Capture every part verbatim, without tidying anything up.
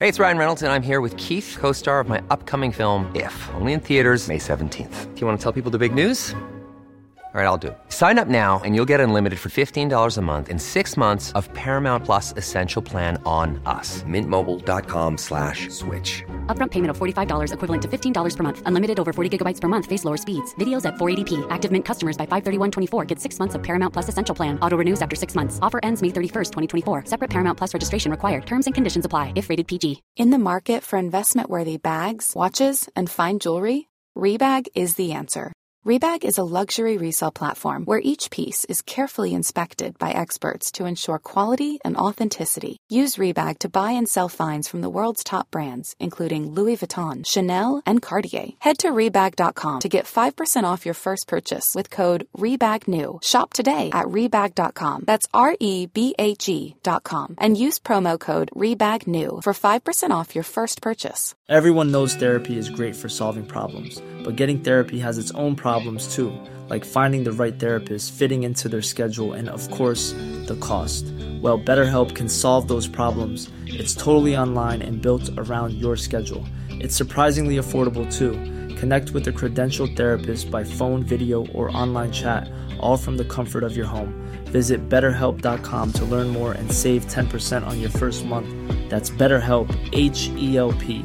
Hey, it's Ryan Reynolds, and I'm here with Keith, co-star of my upcoming film, If, only in theaters May seventeenth. Do you want to tell people the big news? All right, I'll do it. Sign up now and you'll get unlimited for fifteen dollars a month and six months of Paramount Plus Essential Plan on us. Mint Mobile dot com slash switch. Upfront payment of forty-five dollars equivalent to fifteen dollars per month. Unlimited over forty gigabytes per month. Face lower speeds. Videos at four eighty p. Active Mint customers by five thirty-one twenty-four get six months of Paramount Plus Essential Plan. Auto renews after six months. Offer ends May thirty-first, twenty twenty-four. Separate Paramount Plus registration required. Terms and conditions apply if rated P G. In the market for investment-worthy bags, watches, and fine jewelry, Rebag is the answer. Rebag is a luxury resale platform where each piece is carefully inspected by experts to ensure quality and authenticity. Use Rebag to buy and sell finds from the world's top brands, including Louis Vuitton, Chanel, and Cartier. Head to Rebag dot com to get five percent off your first purchase with code REBAGNEW. Shop today at Rebag dot com. That's R E B A G dot com. And use promo code REBAGNEW for five percent off your first purchase. Everyone knows therapy is great for solving problems, but getting therapy has its own problems too, like finding the right therapist, fitting into their schedule, and of course, the cost. Well, BetterHelp can solve those problems. It's totally online and built around your schedule. It's surprisingly affordable too. Connect with a credentialed therapist by phone, video, or online chat, all from the comfort of your home. Visit better help dot com to learn more and save ten percent on your first month. That's BetterHelp, H E L P.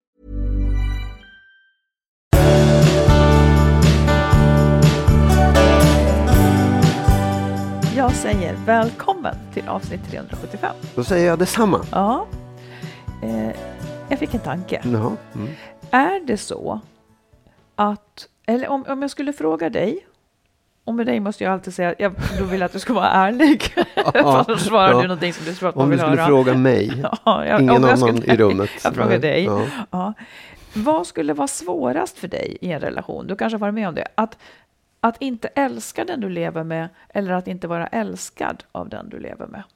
Jag säger välkommen till avsnitt trehundrasjuttiofem. Då säger jag detsamma. Ja. Eh, jag fick en tanke. Jaha. Mm. Är det så att, eller om, om jag skulle fråga dig, och med dig måste jag alltid säga, jag då vill att du ska vara ärlig. Ja, Annars svarar ja. du någonting som du tror att om man vill du skulle höra. fråga mig, ja, jag, ingen jag annan skulle, i rummet. Jag frågar Nej. dig. Ja. Ja. Vad skulle vara svårast för dig i en relation? Du kanske har varit med om det. Att Att inte älska den du lever med eller att inte vara älskad av den du lever med.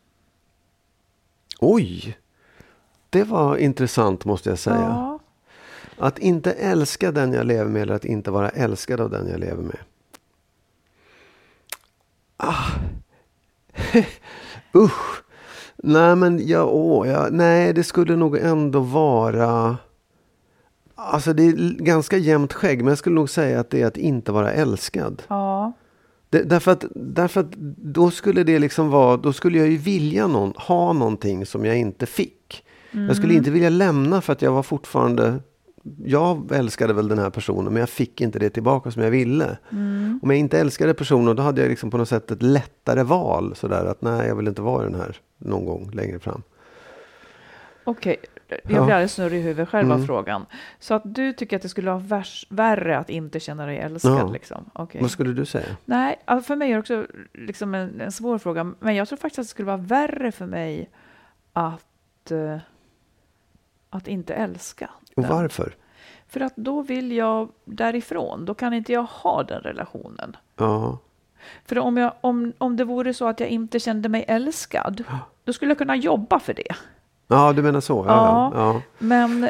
Oj, det var intressant måste jag säga. Ja. Att inte älska den jag lever med eller att inte vara älskad av den jag lever med. Ah. Usch. Nej men ja, åh, ja, nej det skulle nog ändå vara... Alltså det är ganska jämnt skägg, men jag skulle nog säga att det är att inte vara älskad. Ja. Det, därför, att, därför att då skulle det liksom vara, då skulle jag ju vilja någon, ha någonting som jag inte fick. Mm. Jag skulle inte vilja lämna för att jag var fortfarande, jag älskade väl den här personen men jag fick inte det tillbaka som jag ville. Mm. Om jag inte älskade personen då hade jag liksom på något sätt ett lättare val sådär att nej jag vill inte vara den här någon gång längre fram. Okej. Jag blir Ja. alldeles snurrig i huvudet själv av Mm. frågan. Så att du tycker att det skulle vara värst, värre att inte känna dig älskad? Ja. Liksom. Okay. Vad skulle du säga? Nej, alltså för mig är det också liksom en, en svår fråga. Men jag tror faktiskt att det skulle vara värre för mig att, uh, att inte älska. Och den. varför? För att då vill jag därifrån. Då kan inte jag ha den relationen. Ja. För om, jag, om, om det vore så att jag inte kände mig älskad, då skulle jag kunna jobba för det. Ja, du menar så. Ja, Ja, ja. men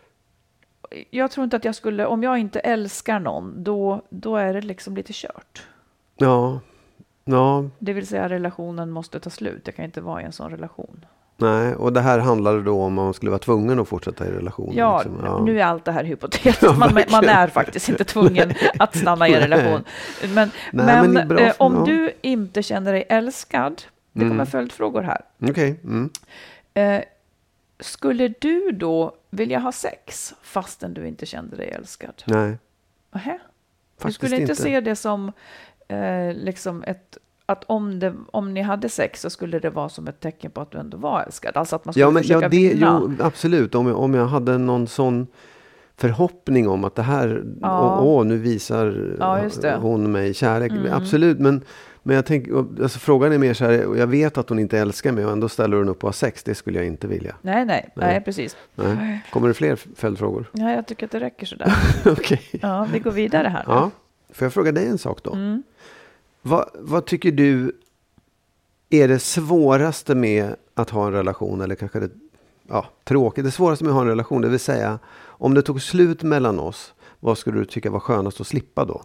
jag tror inte att jag skulle, om jag inte älskar någon, då, då är det liksom lite kört. Ja. Ja. Det vill säga relationen måste ta slut. Jag kan inte vara i en sån relation. Nej, och det här handlar då om man skulle vara tvungen att fortsätta i relationen. Ja, liksom. Ja. nu är allt det här hypotetiskt. Man, man är faktiskt inte tvungen att stanna i en relation. Men, Nej, men, men bra, eh, om ja. du inte känner dig älskad, det kommer Mm. följdfrågor här. Okej. Okay. Mm. Eh, skulle du då vilja ha sex fastän du inte kände dig älskad? Nej. Aha. Du Faktiskt skulle inte, inte se det som eh, liksom ett, att om, det, om ni hade sex så skulle det vara som ett tecken på att du ändå var älskad. Alltså att man skulle Ja, men, försöka ja, det, vinna. jo, absolut. Om jag, om jag hade någon sån förhoppning om att det här, Ja. åh, åh, nu visar Ja, just det. hon mig kärlek. Mm. Absolut, men, men jag tänker, alltså, frågan är mer så här, och jag vet att hon inte älskar mig och ändå ställer hon upp och har sex. Det skulle jag inte vilja. Nej, nej, nej, Nej. precis. Nej. Kommer det fler följdfrågor? Ja, jag tycker att det räcker sådär. Okej. Ja, vi går vidare här. Ja. Får jag fråga dig en sak då? Mm. Vad, vad tycker du är det svåraste med att ha en relation, eller kanske det ja, tråkigt, det svåraste med att ha en relation, det vill säga om det tog slut mellan oss, vad skulle du tycka var skönast att slippa då?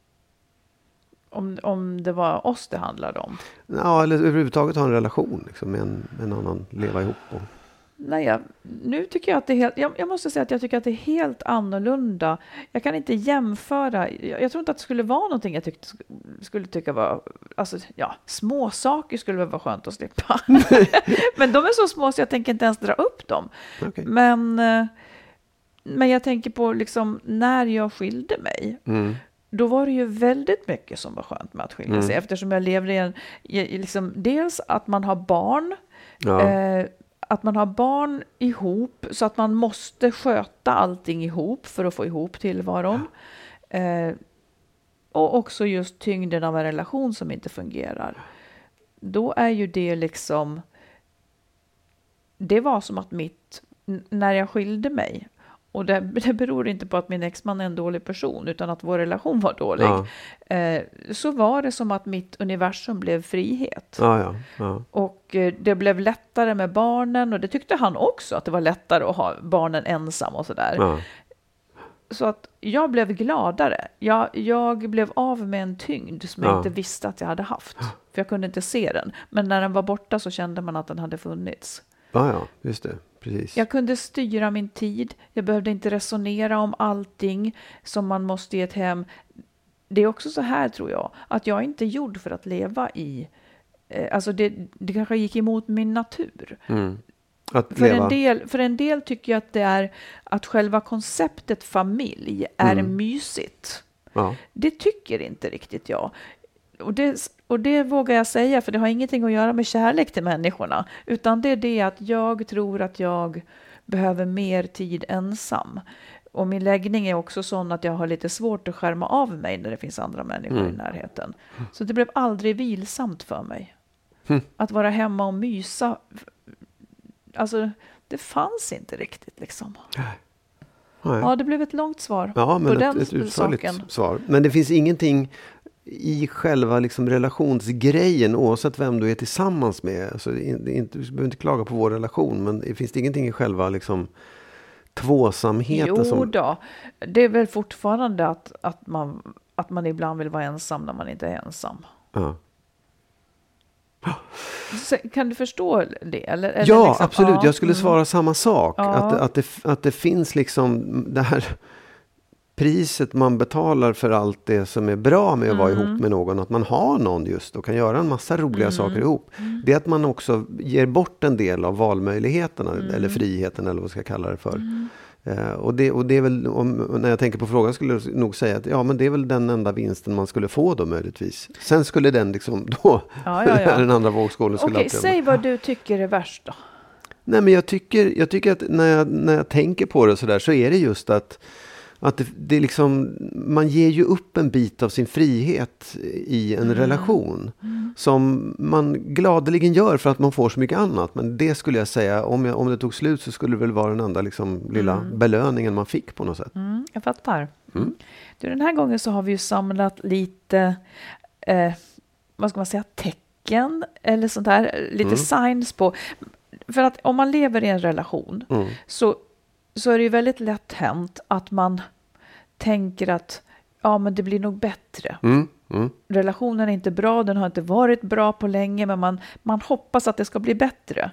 Om, om det var oss det handlade om. Ja, eller överhuvudtaget ha en relation liksom, med en, en annan, leva ihop och... Nej, jag, nu tycker jag att det är helt, jag, jag måste säga att jag tycker att det är helt annorlunda. Jag kan inte jämföra. Jag, jag tror inte att det skulle vara någonting jag tyckte, skulle tycka var, alltså ja, små saker skulle väl vara skönt att slippa. Men de är så små så jag tänker inte ens dra upp dem. Okay. Men, men jag tänker på liksom när jag skilde mig. Mm. Då var det ju väldigt mycket som var skönt med att skilja sig. Mm. Eftersom jag levde i en, i, liksom, dels att man har barn. Ja. Eh, att man har barn ihop så att man måste sköta allting ihop för att få ihop tillvaron. Ja. Eh, och också just tyngden av en relation som inte fungerar. Då är ju det liksom, det var som att mitt, när jag skilde mig, och det, det beror inte på att min exman är en dålig person utan att vår relation var dålig. Ja. Eh, så var det som att mitt universum blev frihet. Ja, ja, ja. Och eh, det blev lättare med barnen och det tyckte han också att det var lättare att ha barnen ensam och sådär. Ja. Så att jag blev gladare. Jag, jag blev av med en tyngd som ja. jag inte visste att jag hade haft. För jag kunde inte se den. Men när den var borta så kände man att den hade funnits. Ja, ja, just det. Precis. Jag kunde styra min tid. Jag behövde inte resonera om allting som man måste i ett hem. Det är också så här tror jag. Att jag inte är gjord för att leva i. Eh, alltså det, det kanske gick emot min natur. Mm. Att för, leva. En del, för en del tycker jag att det är att själva konceptet familj är Mm. mysigt. Ja. Det tycker inte riktigt jag. Och det, och det vågar jag säga för det har ingenting att göra med kärlek till människorna. Utan det är det att jag tror att jag behöver mer tid ensam. Och min läggning är också sån att jag har lite svårt att skärma av mig när det finns andra människor mm. i närheten. Så det blev aldrig vilsamt för mig. Mm. Att vara hemma och mysa. Alltså det fanns inte riktigt liksom. Nej. Ja, det blev ett långt svar ja, men på ett, den ett utförligt saken. Svar. Men det finns ingenting i själva liksom relationsgrejen oavsett vem du är tillsammans med. Alltså, det är inte, du behöver inte klaga på vår relation, men det finns det ingenting i själva liksom, tvåsamheten? Jo som... då, det är väl fortfarande att, att, man, att man ibland vill vara ensam när man inte är ensam. Ja. Så, kan du förstå det? Eller, eller ja, liksom, absolut. Ja, jag skulle mm. svara samma sak. Ja. Att, att, det, att det finns liksom det här priset man betalar för allt det som är bra med att vara Mm. ihop med någon. Att man har någon just och kan göra en massa roliga Mm. saker ihop. Mm. Det är att man också ger bort en del av valmöjligheterna. Mm. Eller friheten eller vad jag ska kalla det för. Mm. Uh, och, det, och det är väl, om, när jag tänker på frågan skulle jag nog säga att ja, men det är väl den enda vinsten man skulle få då möjligtvis. Sen skulle den liksom då, ja, ja, ja. den andra vågskålen skulle Okej, säg vad du tycker är värst då. Nej, men jag tycker, jag tycker att när jag, när jag tänker på det så där så är det just att, att det, det är liksom, man ger ju upp en bit av sin frihet i en mm. relation mm. som man gladeligen gör för att man får så mycket annat. Men det skulle jag säga, om, jag, om det tog slut så skulle det väl vara den enda liksom, lilla mm. belöningen man fick på något sätt. Mm, jag fattar. Mm. Du, den här gången så har vi ju samlat lite, eh, vad ska man säga, tecken eller sånt där, lite mm. signs på. För att om man lever i en relation mm. så, så är det ju väldigt lätt hänt att man tänker att ja, men det blir nog bättre. Mm. Mm. Relationen är inte bra, den har inte varit bra på länge, men man, man hoppas att det ska bli bättre.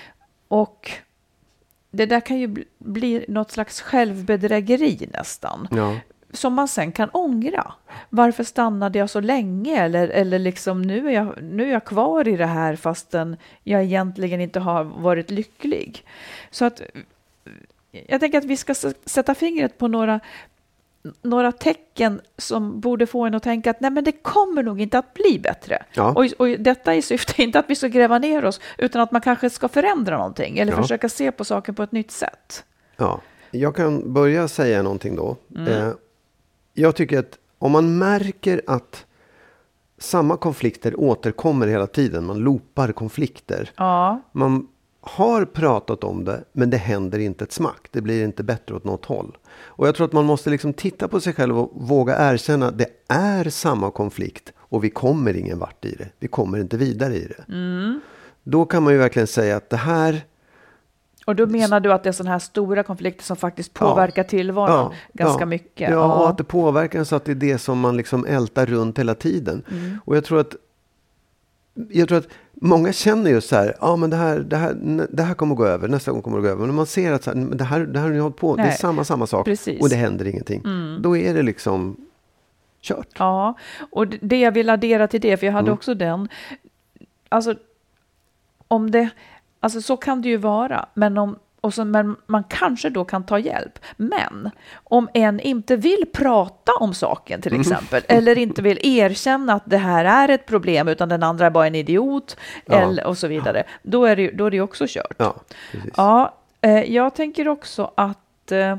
Och det där kan ju bli, bli något slags självbedrägeri nästan. Ja. Som man sen kan ångra. Varför stannade jag så länge? Eller, eller liksom nu är, jag, nu är jag kvar i det här fastän jag egentligen inte har varit lycklig. Så att jag tänker att vi ska sätta fingret på några, några tecken som borde få en att tänka att nej, men det kommer nog inte att bli bättre. Ja. Och, och detta i syfte inte att vi ska gräva ner oss utan att man kanske ska förändra någonting eller ja. försöka se på saker på ett nytt sätt. Ja, jag kan börja säga någonting då. Mm. Eh, jag tycker att om man märker att samma konflikter återkommer hela tiden, man loopar konflikter. Ja. Man har pratat om det, men det händer inte ett smack. Det blir inte bättre åt något håll. Och jag tror att man måste liksom titta på sig själv och våga erkänna att det är samma konflikt och vi kommer ingen vart i det. Vi kommer inte vidare i det. Mm. Då kan man ju verkligen säga att det här... Och då menar du att det är sådana här stora konflikter som faktiskt påverkar ja. tillvaron ja. ganska ja. mycket? Ja, ja, och att det påverkar så att det är det som man liksom ältar runt hela tiden. Mm. Och jag tror att jag tror att många känner ju så här, ja men det här, det här, det här kommer gå över, nästa gång kommer det gå över. Men när man ser att så här, det här, det här har ni hållit på, Nej. det är samma, samma sak. Precis. Och det händer ingenting. Mm. Då är det liksom kört. Ja, och det- det jag vill addera till det, för jag hade Mm. också den, alltså om det, alltså så kan det ju vara, men om och så, men man kanske då kan ta hjälp. Men om en inte vill prata om saken till exempel, eller inte vill erkänna att det här är ett problem, utan den andra är bara en idiot, Ja. eller, och så vidare, då är det, då är det också kört. Ja, precis. Ja, eh, jag tänker också att eh,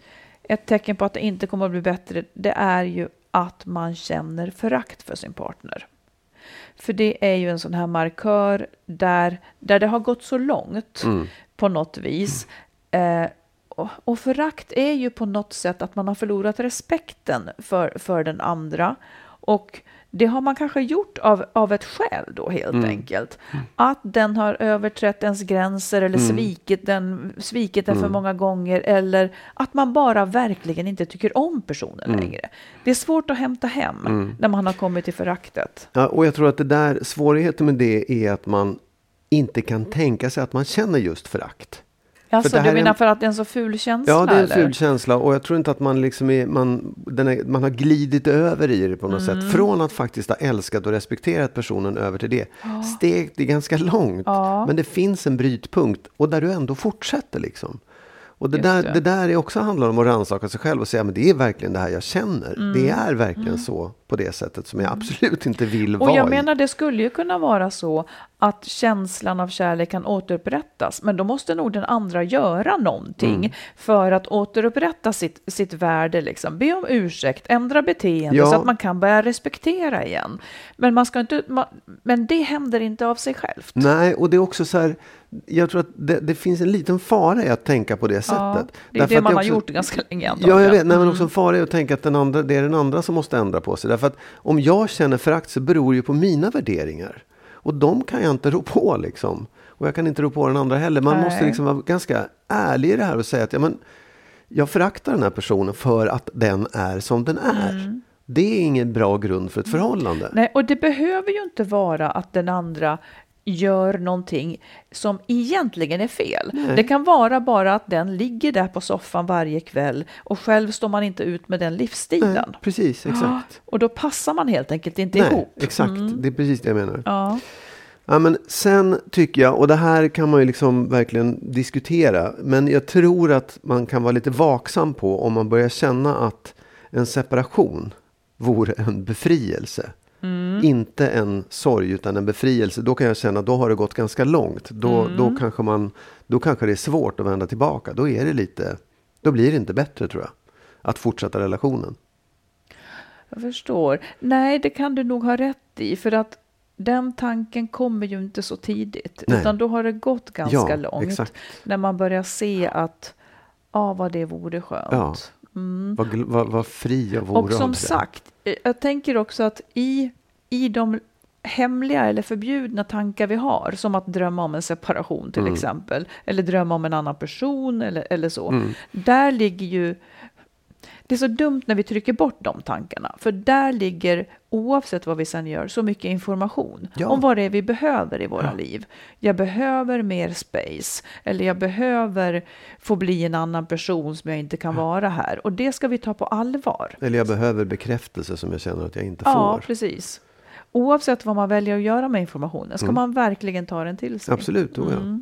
ett tecken på att det inte kommer att bli bättre, det är ju att man känner förakt för sin partner. För det är ju en sån här markör där, där det har gått så långt Mm. på något vis. Eh, och, och förakt är ju på något sätt att man har förlorat respekten för, för den andra. Och det har man kanske gjort av, av ett skäl då helt Mm. enkelt. Att den har överträtt ens gränser eller Mm. svikit den, svikit den för Mm. många gånger. Eller att man bara verkligen inte tycker om personen Mm. längre. Det är svårt att hämta hem Mm. när man har kommit till föraktet. Ja, och jag tror att det där, svårigheten med det är att man inte kan tänka sig att man känner just förakt. Alltså, det här du är menar en- för att det är en så ful känsla? Ja, det är en eller? ful känsla och jag tror inte att man liksom är, man, den är, man har glidit över i det på något Mm. sätt. Från att faktiskt ha älskat och respekterat personen över till det. Steget är ganska långt, Ja. men det finns en brytpunkt och där du ändå fortsätter liksom. Och det Just där, det. det där är också handlar om att rannsaka sig själv och säga, men det är verkligen det här jag känner. Mm. Det är verkligen så på det sättet som jag absolut inte vill Och vara jag i. menar, det skulle ju kunna vara så att känslan av kärlek kan återupprättas, men då måste nog den andra göra någonting Mm. för att återupprätta sitt, sitt värde, liksom. Be om ursäkt, ändra beteende Ja. så att man kan börja respektera igen. Men, man ska inte, man, men det händer inte av sig självt. Nej, och det är också så här, jag tror att det, det finns en liten fara i att tänka på det Ja, sättet. det är Därför det att man har också- gjort ganska länge. Ja, antagligen. jag vet. Nej, men Mm. också en fara är att tänka att den andra, det är den andra som måste ändra på sig. Därför att om jag känner förakt så beror ju på mina värderingar. Och de kan jag inte rå på liksom. Och jag kan inte rå på den andra heller. Man Nej. måste liksom vara ganska ärlig i det här och säga att ja, men, jag föraktar den här personen för att den är som den är. Mm. Det är ingen bra grund för ett förhållande. Nej, och det behöver ju inte vara att den andra gör någonting som egentligen är fel. Nej. Det kan vara bara att den ligger där på soffan varje kväll och själv står man inte ut med den livsstilen. Nej, precis, exakt. Och då passar man helt enkelt inte Nej, ihop. exakt. Mm. Det är precis det jag menar. Ja. Ja, men sen tycker jag, och det här kan man ju liksom verkligen diskutera, men jag tror att man kan vara lite vaksam på om man börjar känna att en separation vore en befrielse. Mm. Inte en sorg utan en befrielse. Då kan jag känna att då har det gått ganska långt. Då, Mm. då, kanske man, då kanske det är svårt att vända tillbaka. Då, är det lite, då blir det inte bättre tror jag. Att fortsätta relationen. Jag förstår. Nej, det kan du nog ha rätt i, för att den tanken kommer ju inte så tidigt. Nej. Utan då har det gått ganska Ja, långt. exakt. När man börjar se att, ja, vad det vore skönt. Ja. Mm. Vad, gl- vad, vad fri jag vore Och som av det. sagt, eh, jag tänker också att i, i de hemliga eller förbjudna tankar vi har, som att drömma om en separation till Mm. exempel, eller drömma om en annan person eller, eller så, Mm. där ligger ju, det är så dumt när vi trycker bort de tankarna, för där ligger, oavsett vad vi sen gör, så mycket information Ja. om vad det är vi behöver i våra Ja. liv. Jag behöver mer space, eller jag behöver få bli en annan person som jag inte kan vara här, och det ska vi ta på allvar. Eller jag behöver bekräftelse som jag känner att jag inte Ja, får. precis. Oavsett vad man väljer att göra med informationen ska Mm. man verkligen ta den till sig. Absolut, tror jag. Mm.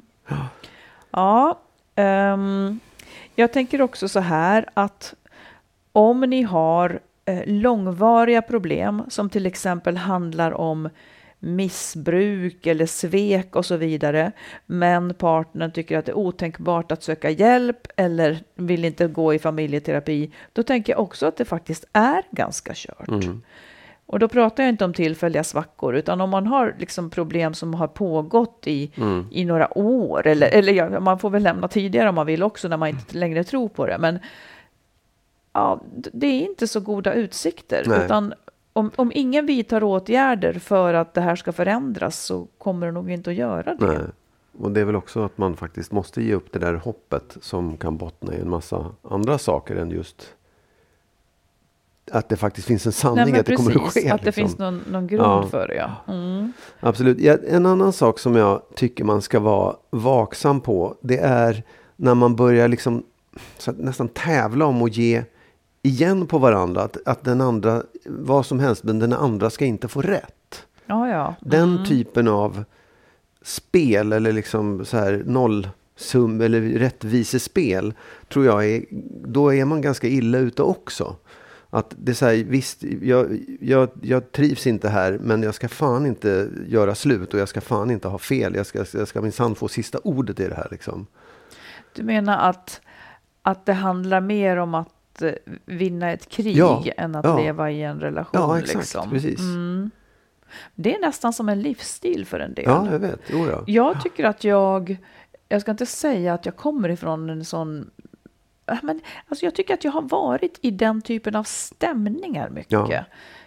Ja, ehm, jag tänker också så här att om ni har eh, långvariga problem som till exempel handlar om missbruk eller svek och så vidare, men partnern tycker att det är otänkbart att söka hjälp eller vill inte gå i familjeterapi, då tänker jag också att det faktiskt är ganska kört. Mm. Och då pratar jag inte om tillfälliga svackor, utan om man har liksom problem som har pågått i, Mm. i några år, eller, eller ja, man får väl lämna tidigare om man vill också, när man inte längre tror på det, men ja, d- det är inte så goda utsikter, Nej. utan om, om ingen vidtar åtgärder för att det här ska förändras, så kommer det nog inte att göra det. Nej. Och det är väl också att man faktiskt måste ge upp det där hoppet som kan bottna i en massa andra saker än just att det faktiskt finns en sanning. Nej, att det precis, kommer att ske. Att det liksom. finns någon, någon grund ja. för det. Ja. Mm. Absolut. Ja, en annan sak som jag tycker man ska vara vaksam på. Det är när man börjar liksom, så att nästan tävla om att ge igen på varandra. Att, att den andra, vad som helst, men den andra ska inte få rätt. Ja, ja. Mm. Den typen av spel eller liksom så här nollsum eller rättvisespel tror jag är, då är man ganska illa ute också. Att det är så här, visst, jag, jag, jag trivs inte här, men jag ska fan inte göra slut och jag ska fan inte ha fel. Jag ska, jag ska minsann få sista ordet i det här liksom. Du menar att, att det handlar mer om att eh, vinna ett krig Ja, än att ja. leva i en relation? Ja, exakt, liksom. precis. Mm. Det är nästan som en livsstil för en del. Ja, jag vet. Jo, ja. Jag tycker att jag, jag ska inte säga att jag kommer ifrån en sån, men alltså jag tycker att jag har varit i den typen av stämningar mycket. Ja.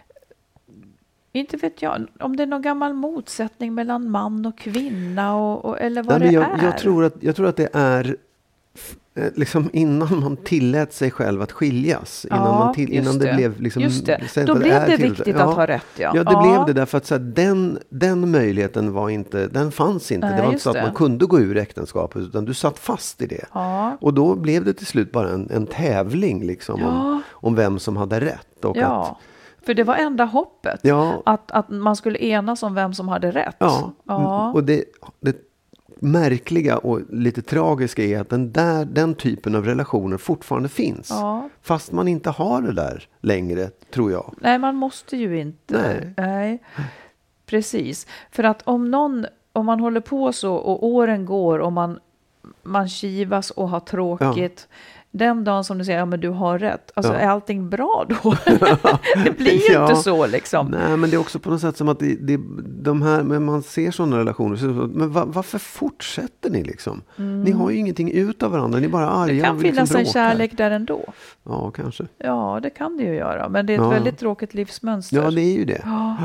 Inte vet jag om det är någon gammal motsättning mellan man och kvinna och, och, eller vad Nej, det men jag, är. jag, tror att, jag tror att det är f- liksom innan man tillät sig själv att skiljas. Innan, Ja, man till, innan just det, det. blev liksom... Just det. säg Då att blev är det tillåtet. viktigt Ja. att ha rätt. Ja, Ja, det ja. blev det därför att så här, den, den möjligheten var inte, den fanns inte. Nej, det var inte just så att det. man kunde gå ur äktenskapet, utan du satt fast i det. Ja. Och då blev det till slut bara en, en tävling liksom, Ja. om, om vem som hade rätt. Och Ja, att, för det var enda hoppet. ja, Att, att man skulle enas om vem som hade rätt. ja, Ja. och det, det märkliga och lite tragiska är att den, där, den typen av relationer fortfarande finns. Ja. Fast man inte har det där längre, tror jag. Nej, man måste ju inte. Nej. Nej. Precis. För att om någon, om man håller på så och åren går och man, man kivas och har tråkigt. Den dagen som du säger, ja men du har rätt. Alltså Ja. är allting bra då? Det blir ju Ja. inte så liksom. Nej, men det är också på något sätt som att det, det, de här, men man ser sådana relationer. Så, men va, varför fortsätter ni liksom? Ni har ju ingenting ut av varandra. Ni är bara arga. Det kan och vill finnas liksom en bråka. kärlek där ändå. Ja, kanske. Ja, det kan det ju göra. Men det är ett Ja. väldigt tråkigt livsmönster. Ja, det är ju det. Ja.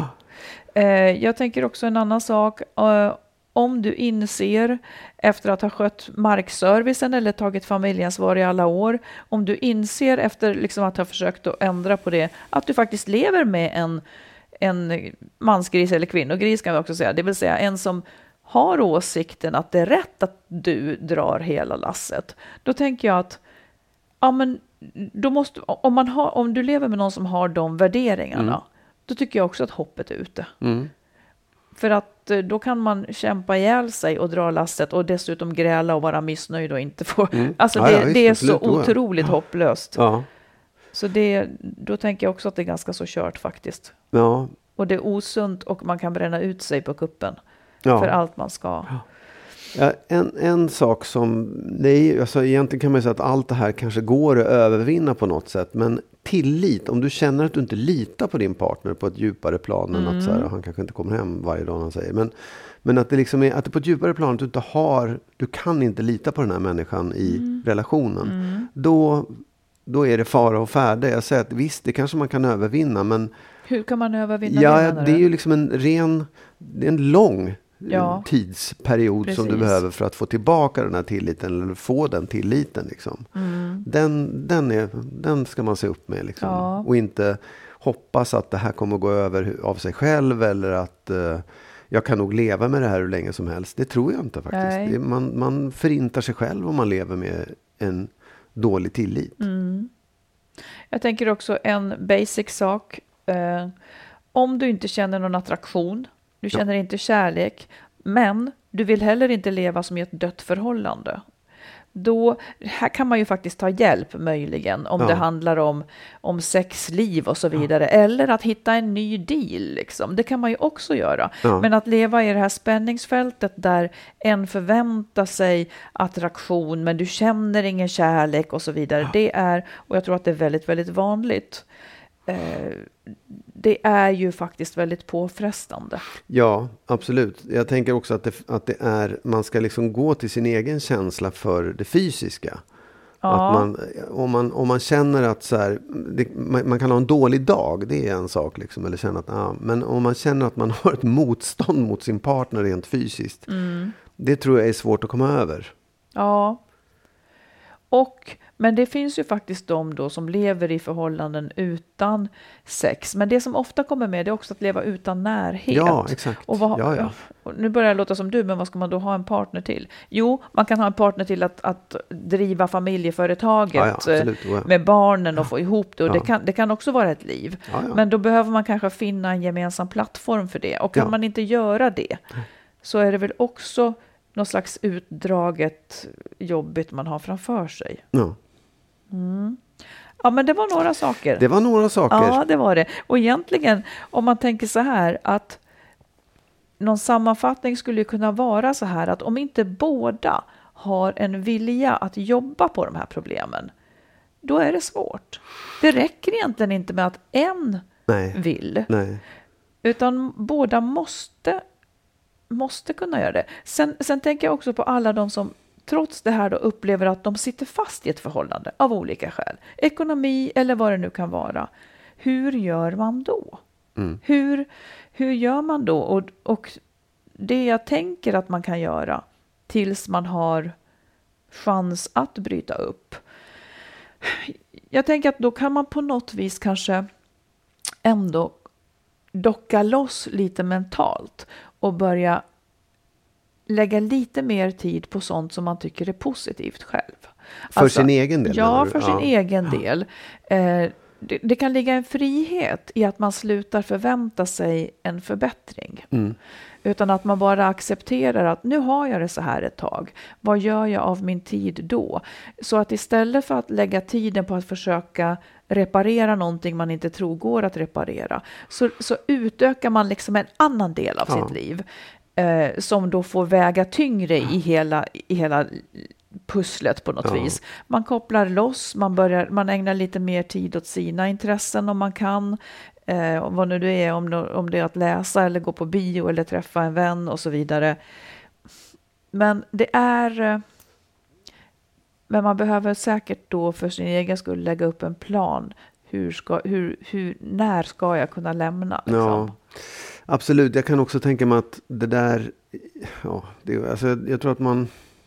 Eh, jag tänker också en annan sak. Eh, om du inser efter att ha skött markservicen eller tagit familjeansvar i alla år, om du inser efter liksom att ha försökt att ändra på det, att du faktiskt lever med en, en mansgris eller kvinnogris kan vi också säga, det vill säga en som har åsikten att det är rätt att du drar hela lasset, då tänker jag att ja, men då måste, om, man har, om du lever med någon som har de värderingarna, Mm. då tycker jag också att hoppet är ute. Mm. För att eh, då kan man kämpa ihjäl sig och dra lasset och dessutom gräla och vara missnöjd och inte få... Mm. Alltså Ja, det, ja, visst, det är absolut, så då, ja. otroligt hopplöst. Ja. Så det, då tänker jag också att det är ganska så kört faktiskt. Ja. Och det är osunt och man kan bränna ut sig på kuppen Ja. för allt man ska. Ja, en, en sak som, det är, alltså egentligen kan man ju säga att allt det här kanske går att övervinna på något sätt, men tillit, om du känner att du inte litar på din partner på ett djupare plan än att så här, han kanske inte kommer hem varje dag han säger, men, men att det liksom är, att det på ett djupare plan att du inte har, du kan inte lita på den här människan i Mm. relationen, då, då är det fara och färde. Jag säger att visst, det kanske man kan övervinna, men Hur kan man övervinna ja, det? menar det är du? ju liksom en ren, det är en lång Ja. tidsperiod som du Precis. behöver för att få tillbaka den här tilliten eller få den tilliten liksom. Mm. Den, den, är, den ska man se upp med liksom. Ja. Och inte hoppas att det här kommer att gå över av sig själv eller att eh, jag kan nog leva med det här hur länge som helst. Det tror jag inte faktiskt. Nej. Det, man, man förintar sig själv om man lever med en dålig tillit. Mm. Jag tänker också en basic sak. Eh, om du inte känner någon attraktion, du Ja. känner inte kärlek, men du vill heller inte leva som i ett dött förhållande. Då, här kan man ju faktiskt ta hjälp möjligen om Ja. det handlar om, om sexliv och så vidare. Eller att hitta en ny deal. Liksom. Det kan man ju också göra. Ja. Men att leva i det här spänningsfältet där en förväntar sig attraktion men du känner ingen kärlek och så vidare. Det är, och jag tror att det är väldigt, väldigt vanligt. Eh, det är ju faktiskt väldigt påfrestande. Ja, absolut. Jag tänker också att det, att det är, man ska liksom gå till sin egen känsla för det fysiska. Ja. Att man, om, man, om man känner att så här, det, man, man kan ha en dålig dag, det är en sak liksom, eller känna att, ja, men om man känner att man har ett motstånd mot sin partner rent fysiskt, Mm. det tror jag är svårt att komma över. Ja. Och, men det finns ju faktiskt de då som lever i förhållanden utan sex. Men det som ofta kommer med det är också att leva utan närhet. Ja, exakt. Och vad, ja, ja. och nu börjar jag låta som du, men vad ska man då ha en partner till? Jo, man kan ha en partner till att, att driva familjeföretaget ja, ja, absolut, ja. med barnen och få ihop det. Och ja. det, kan, det kan också vara ett liv. Ja, ja. Men då behöver man kanske finna en gemensam plattform för det. Och kan Ja. man inte göra det så är det väl också något slags utdraget jobbigt man har framför sig. Ja. Mm. Ja, men det var några saker. Det var några saker. Ja, det var det. Och egentligen, om man tänker så här, att någon sammanfattning skulle kunna vara så här, att om inte båda har en vilja att jobba på de här problemen, då är det svårt. Det räcker egentligen inte med att en Nej. vill, Nej. utan båda måste måste kunna göra det. Sen, sen tänker jag också på alla de som trots det här då upplever att de sitter fast i ett förhållande av olika skäl. Ekonomi eller vad det nu kan vara. Hur gör man då? Mm. Hur, hur gör man då? Och, och det jag tänker att man kan göra tills man har chans att bryta upp. Jag tänker att då kan man på något vis kanske ändå docka loss lite mentalt och börja lägga lite mer tid på sånt som man tycker är positivt själv. För alltså, sin egen del? Ja, för sin ja. egen del. Eh, det, det kan ligga en frihet i att man slutar förvänta sig en förbättring. Mm. Utan att man bara accepterar att nu har jag det så här ett tag. Vad gör jag av min tid då? Så att istället för att lägga tiden på att försöka reparera någonting man inte tror går att reparera, så, så utökar man liksom en annan del av ja. sitt liv eh, som då får väga tyngre i hela, i hela pusslet på något ja. vis. Man kopplar loss, man, börjar, man ägnar lite mer tid åt sina intressen om man kan. Eh, vad nu det är, om, om det är att läsa eller gå på bio eller träffa en vän och så vidare. Men det är... Men man behöver säkert då för sin egen skull lägga upp en plan. Hur ska, hur, hur, när ska jag kunna lämna? Liksom? Ja, absolut. Jag kan också tänka mig att det där... Ja, det, alltså, jag, jag tror att man...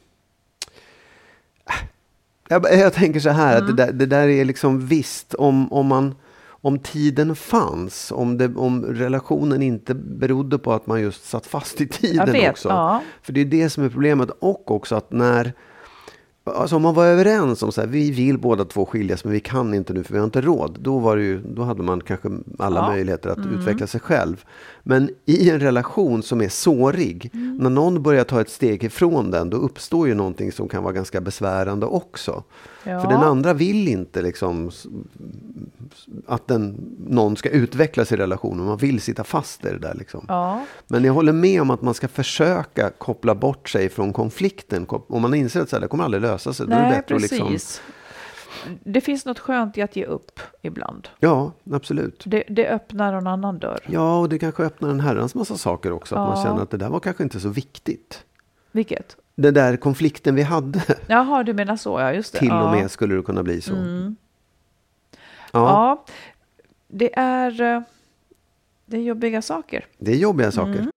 Jag, jag tänker så här, mm. att det där, det där är liksom visst om, om man... Om tiden fanns, om, det, om relationen inte berodde på att man just satt fast i tiden vet, också. Ja. För det är det som är problemet. Och också att när... Alltså om man var överens om så här, vi vill båda två skiljas men vi kan inte nu för vi har inte råd. Då, var det ju, då hade man kanske alla ja. möjligheter att mm. utveckla sig själv. Men i en relation som är sårig, mm. när någon börjar ta ett steg ifrån den, då uppstår ju någonting som kan vara ganska besvärande också. Ja. För den andra vill inte liksom att den, någon ska utvecklas i relationen. Man vill sitta fast i det där liksom. Ja. Men jag håller med om att man ska försöka koppla bort sig från konflikten. Om man inser att så här, det kommer aldrig lösa sig. Nej, då är det bättre precis. Att liksom... Det finns något skönt i att ge upp ibland. Ja, absolut. Det, det öppnar en annan dörr. Ja, och det kanske öppnar en herrans massa saker också. Att ja. man känner att det där var kanske inte så viktigt. Vilket? Det där konflikten vi hade. Jaha, du menar så, ja just det. Till och ja. med skulle det kunna bli så. Mm. Ja. ja, det är, det är jobbiga saker. Det är jobbiga saker. Mm.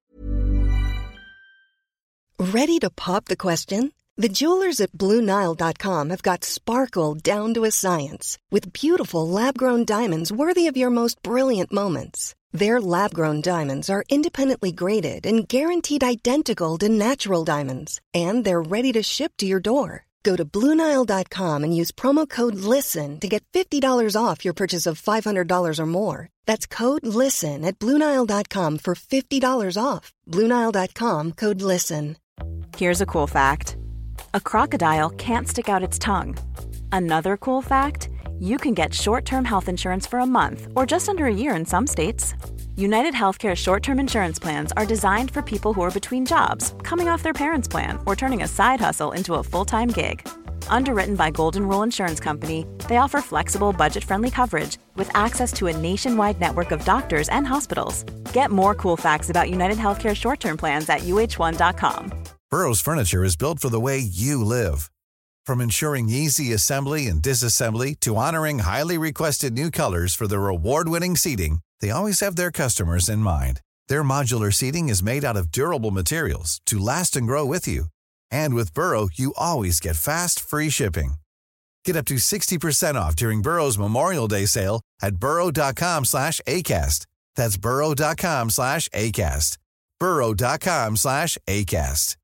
Ready to pop the question? The jewelers at Blue Nile dot com have got sparkle down to a science with beautiful lab-grown diamonds worthy of your most brilliant moments. Their lab-grown diamonds are independently graded and guaranteed identical to natural diamonds, and they're ready to ship to your door. Go to Blue Nile dot com and use promo code LISTEN to get fifty dollars off your purchase of five hundred dollars or more. That's code LISTEN at Blue Nile dot com for fifty dollars off. Blue Nile dot com, code LISTEN. Here's a cool fact. A crocodile can't stick out its tongue. Another cool fact, you can get short-term health insurance for a month or just under a year in some states. United Healthcare short-term insurance plans are designed for people who are between jobs, coming off their parents' plan, or turning a side hustle into a full-time gig. Underwritten by Golden Rule Insurance Company, they offer flexible, budget-friendly coverage with access to a nationwide network of doctors and hospitals. Get more cool facts about United Healthcare short-term plans at U H one dot com. Burrow's furniture is built for the way you live. From ensuring easy assembly and disassembly to honoring highly requested new colors for their award-winning seating, they always have their customers in mind. Their modular seating is made out of durable materials to last and grow with you. And with Burrow, you always get fast, free shipping. Get up to sixty percent off during Burrow's Memorial Day sale at burrow.com slash ACAST. That's burrow.com slash ACAST. burrow.com slash ACAST.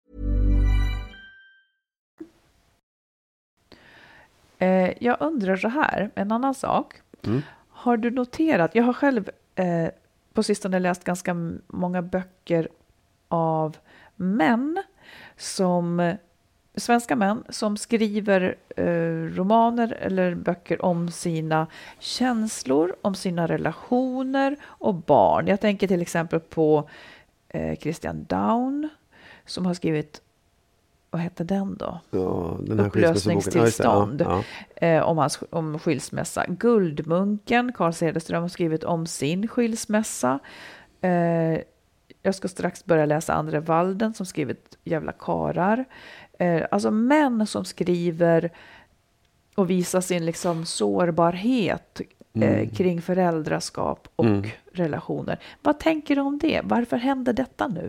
Eh, jag undrar så här, en annan sak. Mm. Har du noterat, jag har själv eh, på sistone läst ganska många böcker av män som, svenska män som skriver eh, romaner eller böcker om sina känslor, om sina relationer och barn. Jag tänker till exempel på eh, Christian Down som har skrivit, vad heter den då? Ja, den här Upplösningstillstånd. Ja, ja. eh, om, hans, om skilsmässa. Guldmunken, Carl Cederström har skrivit om sin skilsmässa. Eh, jag ska strax börja läsa Andre Walden som skrivit Jävla karar. Eh, alltså män som skriver och visar sin liksom sårbarhet eh, mm. kring föräldraskap och mm. relationer. Vad tänker du om det? Varför händer detta nu?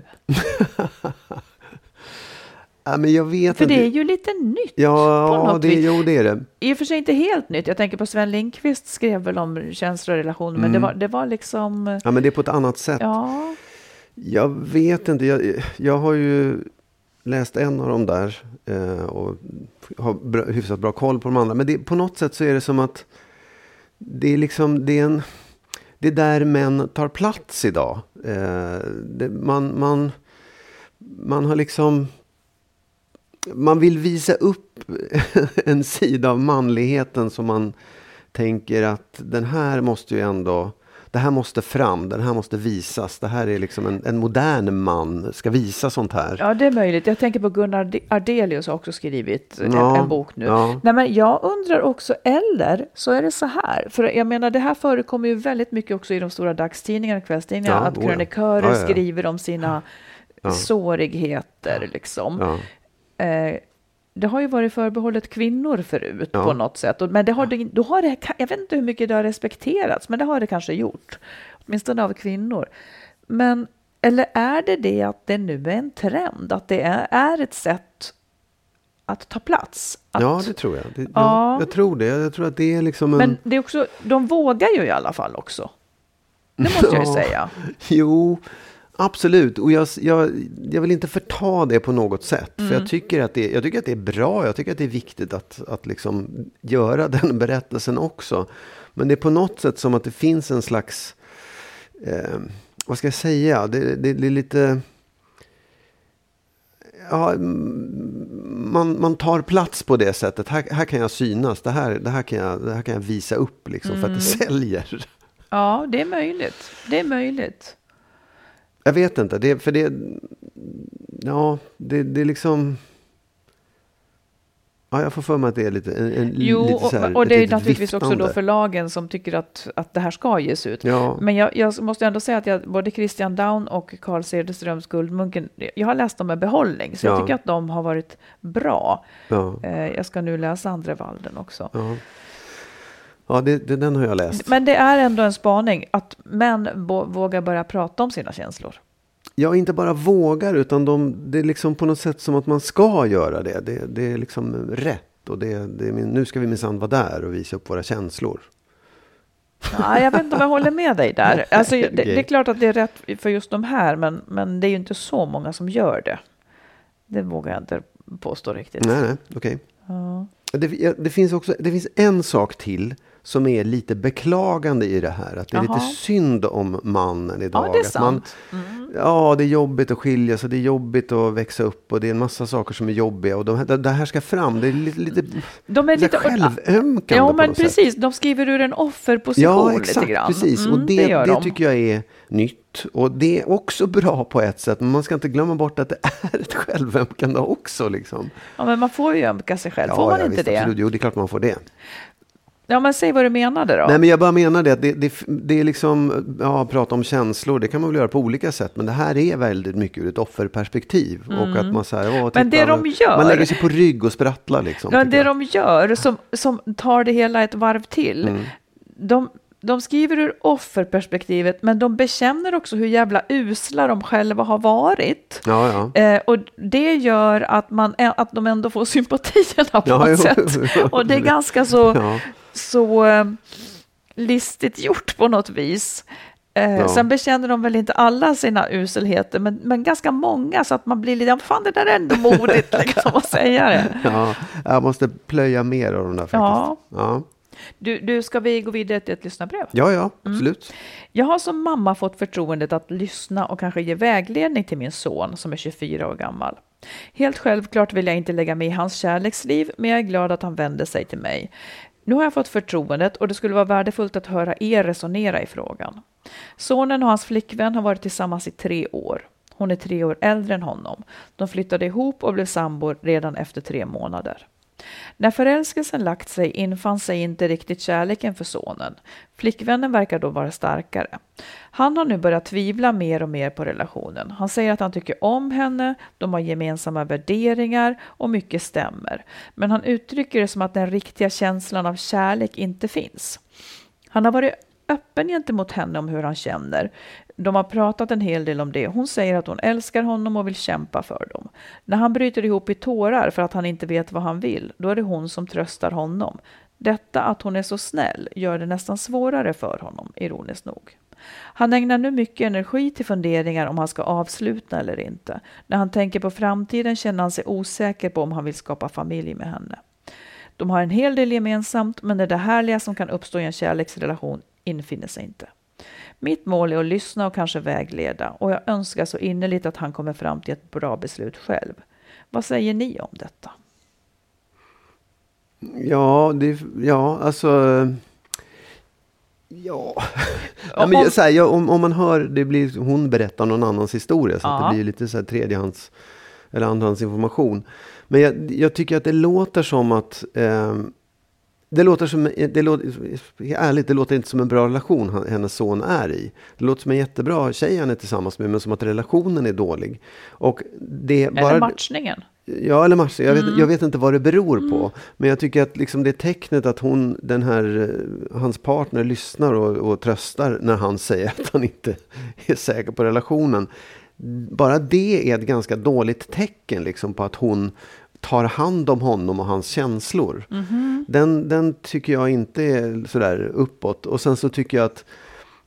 Ja, men jag vet för att det är ju lite nytt. Ja, på något det, vis. Jo, det är det. I och för sig inte helt nytt. Jag tänker på Sven Lindqvist skrev väl om känslor och relationer. Men mm. det, var, det var liksom... Ja, men det är på ett annat sätt. Ja. Jag vet inte. Jag, jag har ju läst en av dem där. Eh, och har bra, hyfsat bra koll på de andra. Men det, på något sätt så är det som att det är liksom... Det är, en, det är där män tar plats idag. Eh, det, man, man, man har liksom... Man vill visa upp en sida av manligheten som man tänker att den här måste ju ändå, det här måste fram, den här måste visas. Det här är liksom en, en modern man ska visa sånt här. Ja, det är möjligt. Jag tänker på Gunnar Ardelius har också skrivit ja, en, en bok nu. Ja. Nej, men jag undrar också, eller så är det så här. För jag menar, det här förekommer ju väldigt mycket också i de stora dagstidningarna, kvällstidningarna, ja, att krönikörer ja, ja. skriver om sina ja. sårigheter liksom. Ja. Eh, det har ju varit förbehållet kvinnor förut ja. på något sätt. Och, men det har det, då har det, jag vet inte hur mycket det har respekterats, men det har det kanske gjort. Åtminstone av kvinnor. Men, eller är det det att det nu är en trend? Att det är, är ett sätt att ta plats? Att, ja, det tror jag. Det, ja. jag. Jag tror det. Jag tror att det är liksom en... Men det är också, de vågar ju i alla fall också. Det måste jag ju säga. Jo... Absolut, och jag, jag, jag vill inte förta det på något sätt. Mm. För jag tycker, att det, jag tycker att det är bra, jag tycker att det är viktigt att, att liksom göra den berättelsen också. Men det är på något sätt som att det finns en slags, eh, vad ska jag säga, det, det, det är lite... Ja, man, man tar plats på det sättet. Här, här kan jag synas, det här, det här, kan, jag, det här kan jag visa upp liksom, mm. för att det säljer. Ja, det är möjligt, det är möjligt. Jag vet inte, det, för det, ja, det, det är liksom, ja, jag får för mig att det är lite, en, en, jo, lite så här, och, och det är naturligtvis viftande. också då förlagen som tycker att, att det här ska ges ut. Ja. Men jag, jag måste ändå säga att jag, både Christian Down och Carl Cederströms Guldmunken, jag har läst dem med behållning, så ja. jag tycker att de har varit bra. Ja. Eh, jag ska nu läsa Andre Walden också. Ja. Ja, det, det, den har jag läst. Men det är ändå en spaning att män bo, vågar börja prata om sina känslor. Ja, inte bara vågar, utan de, det är liksom på något sätt som att man ska göra det. Det, det är liksom rätt. Och det, det är, nu ska vi minsann vara där och visa upp våra känslor. Ja, jag vet inte om jag håller med dig där. Alltså, det, det är klart att det är rätt för just de här, men, men det är ju inte så många som gör det. Det vågar jag inte påstå riktigt. Nej, nej, okej. Okay. Ja. Det, det finns också, det finns en sak till som är lite beklagande i det här. Att det är Jaha. lite synd om mannen idag. Ja, det är att sant. Man, mm. Ja, det är jobbigt att skilja sig. Det är jobbigt att växa upp. Och det är en massa saker som är jobbiga. Och de här, det här ska fram. Det är lite, lite, de är lite självömkande. Ja, på men något precis. sätt. De skriver ur en offerposition ja, exakt, lite grann. Precis. Mm, och det, det, det de. tycker jag är nytt. Och det är också bra på ett sätt. Men man ska inte glömma bort att det är ett självömkande också. Liksom. Ja, men man får ju ömka sig själv. Ja, får man ja, inte visst, det? Absolut. Jo, det är klart man får det. Ja, men säg vad du menade då. Nej, men jag bara menar det att det, det, det är liksom, ja, prata om känslor, det kan man väl göra på olika sätt, men det här är väldigt mycket ur ett offerperspektiv. Mm. Och att man så här, åh, titta, men det de gör, man lägger sig på rygg och sprattlar liksom. Ja, det jag. de gör som, som tar det hela ett varv till, mm. de, de skriver ur offerperspektivet, men de bekänner också hur jävla usla de själva har varit. Ja, ja. Eh, och det gör att, man, att de ändå får sympatierna på Ja, något jo. sätt. Och det är ganska så, Ja. så eh, listigt gjort på något vis. Eh, Ja. Sen bekänner de väl inte alla sina uselheter, men, men ganska många, så att man blir lite, fan det där är ändå modigt liksom, att säga det. Ja, jag måste plöja mer av de där faktiskt. Ja. Ja, Du, du, ska vi gå vidare till ett lyssnarbrev? ja, ja absolut. Jag har som mamma fått förtroendet att lyssna och kanske ge vägledning till min son som är tjugofyra år gammal. Helt självklart vill jag inte lägga mig i hans kärleksliv, men jag är glad att han vänder sig till mig. Nu har jag fått förtroendet och det skulle vara värdefullt att höra er resonera i frågan. Sonen och hans flickvän har varit tillsammans i tre år. Hon är tre år äldre än honom. De flyttade ihop och blev sambor redan efter tre månader. När förälskelsen lagt sig infann sig inte riktigt kärleken för sonen. Flickvännen verkar då vara starkare. Han har nu börjat tvivla mer och mer på relationen. Han säger att han tycker om henne, de har gemensamma värderingar och mycket stämmer. Men han uttrycker det som att den riktiga känslan av kärlek inte finns. Han har varit öppen gentemot henne om hur han känner. De har pratat en hel del om det. Hon säger att hon älskar honom och vill kämpa för dem. När han bryter ihop i tårar för att han inte vet vad han vill, då är det hon som tröstar honom. Detta att hon är så snäll gör det nästan svårare för honom, ironiskt nog. Han ägnar nu mycket energi till funderingar om han ska avsluta eller inte. När han tänker på framtiden känner han sig osäker på om han vill skapa familj med henne. De har en hel del gemensamt, men det, det härliga som kan uppstå i en kärleksrelation infinner sig inte. Mitt mål är att lyssna och kanske vägleda, och jag önskar så innerligt att han kommer fram till ett bra beslut själv. Vad säger ni om detta? Ja, det, ja alltså... Ja, ja men, om, så här, ja, om, om man hör, det blir, hon berättar någon annans historia, så ja. att det blir lite så här tredjehands eller andrahandsinformation. Men jag, jag tycker att det låter som att eh, det låter som, det låter, ärligt, det låter inte som en bra relation han, hennes son är i. Det låter som en jättebra tjej han är tillsammans med, men som att relationen är dålig. Och det eller bara, matchningen. Ja, eller matchningen. Jag, mm. vet, jag vet inte vad det beror mm. på. Men jag tycker att liksom det tecknet att hon, den här, hans partner lyssnar och, och tröstar när han säger att han inte är säker på relationen. Bara det är ett ganska dåligt tecken liksom, på att hon tar hand om honom och hans känslor. Mm-hmm. Den, den tycker jag inte är sådär uppåt. Och sen så tycker jag att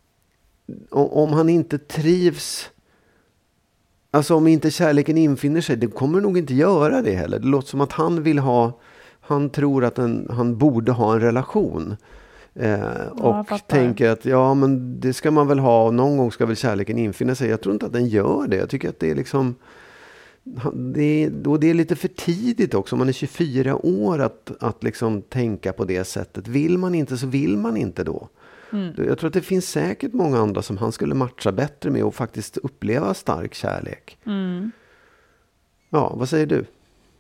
om han inte trivs, alltså om inte kärleken infinner sig, det kommer nog inte göra det heller. Det låter som att han vill ha, han tror att en, han borde ha en relation. Eh, ja, och tänker att ja, men det ska man väl ha, och någon gång ska väl kärleken infinna sig. Jag tror inte att den gör det. Jag tycker att det är liksom det är, då det är lite för tidigt också, om man är tjugofyra år, att, att liksom tänka på det sättet. Vill man inte så vill man inte då. Mm. Jag tror att det finns säkert många andra som han skulle matcha bättre med och faktiskt uppleva stark kärlek. Mm. Ja, vad säger du?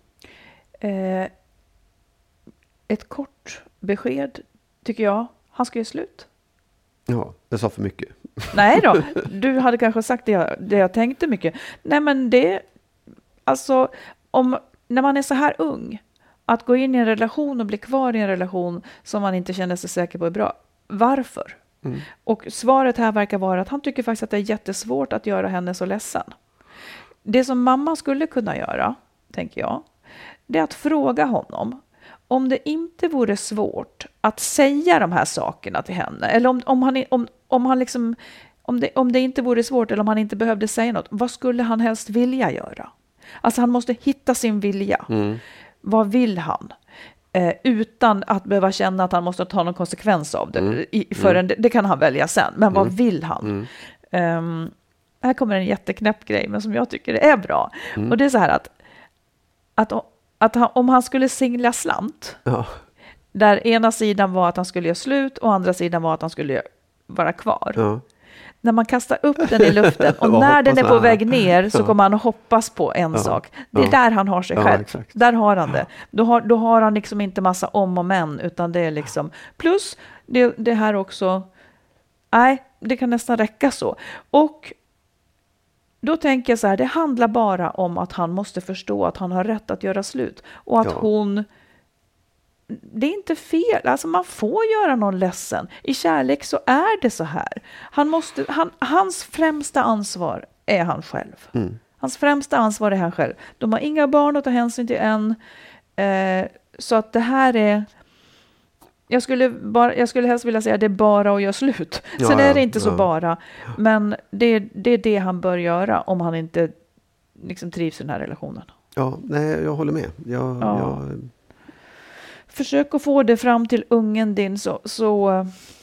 Eh, ett kort besked tycker jag. Han ska göra slut. Ja, jag sa för mycket. Nej då, du hade kanske sagt det jag, det jag tänkte mycket. Nej, men det, alltså, om, när man är så här ung, att gå in i en relation och bli kvar i en relation som man inte känner sig säker på är bra. Varför? Mm. Och svaret här verkar vara att han tycker faktiskt att det är jättesvårt att göra henne så ledsen. Det som mamma skulle kunna göra, tänker jag, det är att fråga honom om det inte vore svårt att säga de här sakerna till henne. Eller om, om, han, om, om, han liksom, om, det, om det inte vore svårt, eller om han inte behövde säga något. Vad skulle han helst vilja göra? Alltså han måste hitta sin vilja. Mm. Vad vill han? Eh, utan att behöva känna att han måste ta någon konsekvens av det. Mm. I, förrän mm. det, det kan han välja sen. Men mm. vad vill han? Mm. Um, här kommer en jätteknäpp grej, men som jag tycker är bra. Mm. Och det är så här att, att, att han, om han skulle singla slant, ja. Där ena sidan var att han skulle göra slut och andra sidan var att han skulle vara kvar. Ja. När man kastar upp den i luften och när den är på väg ner så kommer han att hoppas på en ja. sak. Det är ja. där han har sig själv. Ja, där har han det. Då har, då har han liksom inte massa om och men, utan det är liksom plus det, det här också. Nej, det kan nästan räcka så. Och då tänker jag så här, det handlar bara om att han måste förstå att han har rätt att göra slut och att ja. hon det är inte fel. Alltså man får göra någon ledsen. I kärlek så är det så här. Han måste, han, hans främsta ansvar är han själv. Mm. Hans främsta ansvar är han själv. De har inga barn att ta hänsyn till än. Eh, så att det här är... Jag skulle, bara, jag skulle helst vilja säga att det är bara att göra slut. Ja, Sen är det ja, inte så ja. bara. Men det, det är det han bör göra om han inte liksom trivs i den här relationen. Ja, nej, jag håller med. Jag, Ja. jag, Försök att få det fram till ungen din så, så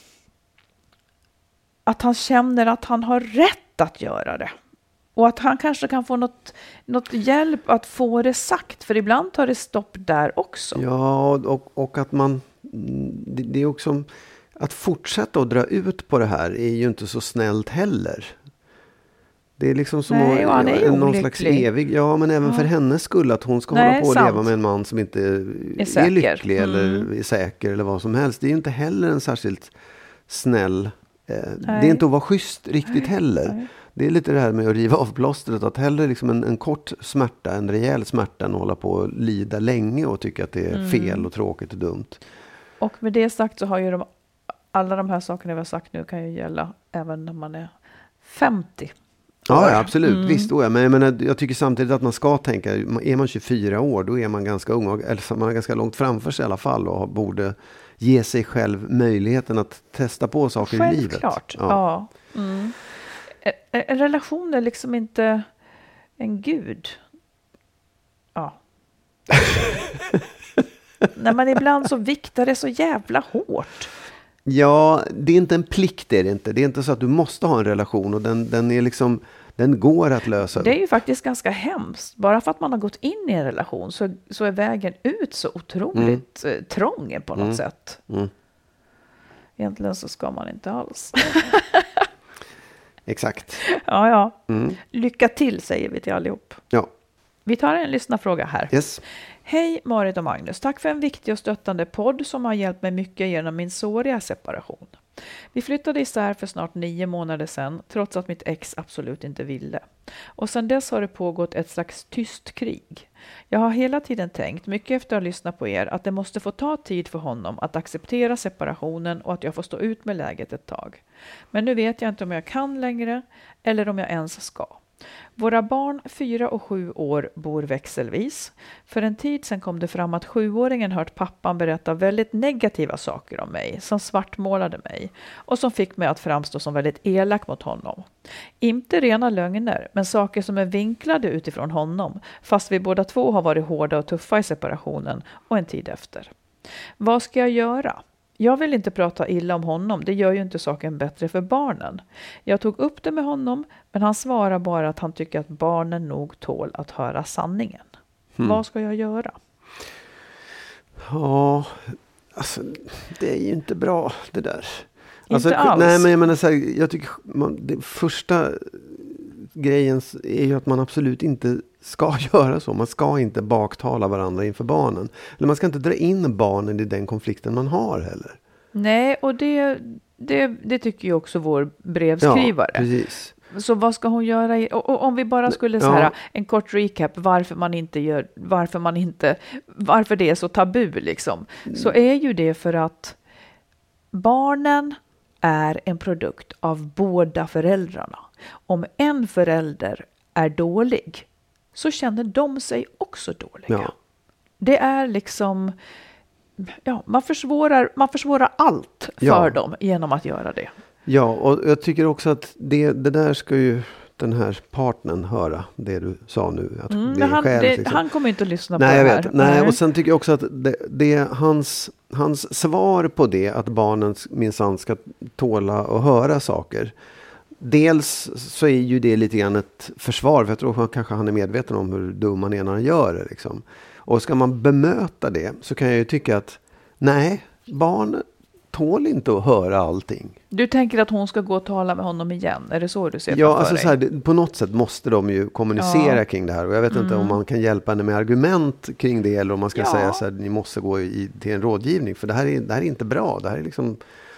att han känner att han har rätt att göra det. Och att han kanske kan få något, något hjälp att få det sagt. För ibland tar det stopp där också. ja, och, och att man... Det, det är också... Att fortsätta att dra ut på det här är ju inte så snällt heller. Det är liksom som Nej, och han är ju någon olycklig. slags evig... Ja, men även Ja. för hennes skull att hon ska Nej, hålla på och sant. leva med en man som inte är, är, säker. lycklig Mm. eller är säker eller vad som helst. Det är ju inte heller en särskilt snäll... Eh, det Nej. är inte att vara schysst riktigt heller. Nej. Det är lite det här med att riva av plåstret. Att hellre liksom en, en kort smärta, en rejäl smärta än att hålla på och lida länge och tycka att det är Mm. fel och tråkigt och dumt. Och med det sagt så har ju de, alla de här sakerna vi har sagt nu kan ju gälla även när man är femtio. Ja, ja, absolut. Mm. Visst, jag, men jag, menar, jag tycker samtidigt att man ska tänka, är man tjugofyra år då är man ganska ung, och, eller man är ganska långt framför sig i alla fall och borde ge sig själv möjligheten att testa på saker i livet. Självklart, ja. ja. Mm. En, en relation är liksom inte en gud. Ja. Nej, men ibland så viktar det så jävla hårt. Ja, det är inte en plikt, det är det inte. Det är inte så att du måste ha en relation och den, den är liksom, den går att lösa. Det är ju faktiskt ganska hemskt. Bara för att man har gått in i en relation så, så är vägen ut så otroligt mm. trång på något mm. sätt. Mm. Egentligen så ska man inte alls. Exakt. Ja, ja. Mm. Lycka till säger vi till allihop. Ja. Vi tar en lyssnarfråga här. Yes. Hej Marit och Magnus, tack för en viktig och stöttande podd som har hjälpt mig mycket genom min såriga separation. Vi flyttade isär för snart nio månader sedan, trots att mitt ex absolut inte ville. Och sedan dess har det pågått ett slags tyst krig. Jag har hela tiden tänkt, mycket efter att ha lyssnat på er, att det måste få ta tid för honom att acceptera separationen och att jag får stå ut med läget ett tag. Men nu vet jag inte om jag kan längre eller om jag ens ska. Våra barn, fyra och sju år, bor växelvis. För en tid sedan kom det fram att sjuåringen hört pappan berätta väldigt negativa saker om mig, som svartmålade mig och som fick mig att framstå som väldigt elak mot honom. Inte rena lögner, men saker som är vinklade utifrån honom, fast vi båda två har varit hårda och tuffa i separationen och en tid efter. Vad ska jag göra? Jag vill inte prata illa om honom, det gör ju inte saken bättre för barnen. Jag tog upp det med honom, men han svarar bara att han tycker att barnen nog tål att höra sanningen. Mm. Vad ska jag göra? Ja, alltså det är ju inte bra det där. Alltså, inte alls. Nej, men jag menar så här, jag tycker man, det första grejen är ju att man absolut inte ska göra så. Man ska inte baktala varandra inför barnen. Eller man ska inte dra in barnen i den konflikten man har heller. Nej, och det, det, det tycker ju också vår brevskrivare. Ja, precis. Så vad ska hon göra? I, och, och om vi bara skulle så här, ja. en kort recap varför man inte gör, varför man inte, varför det är så tabu liksom. Mm. Så är ju det för att barnen är en produkt av båda föräldrarna. Om en förälder är dålig så känner de sig också dåliga. Ja. Det är liksom, ja, man försvårar, man försvårar allt för ja. dem genom att göra det. Ja, och jag tycker också att det, det där ska ju den här partnern höra, det du sa nu. Att Mm, det är han, skäl, det, liksom. han kommer inte att lyssna Nej, på jag det här. vet. Nej, och sen tycker jag också att det, det hans, hans svar på det, att barnen minsann ska tåla och höra saker. Dels så är ju det lite grann ett försvar, för jag tror att kanske han är medveten om hur dum han är när han gör det. Liksom. Och ska man bemöta det så kan jag ju tycka att nej, barn tål inte att höra allting. Du tänker att hon ska gå och tala med honom igen? Är det så du ser ja, för alltså dig? så här, det, på något sätt måste de ju kommunicera ja. kring det här. Och jag vet mm. inte om man kan hjälpa henne med argument kring det. Eller om man ska ja. säga så här, ni måste gå i, till en rådgivning. För det här är, det här är inte bra. Det här är liksom,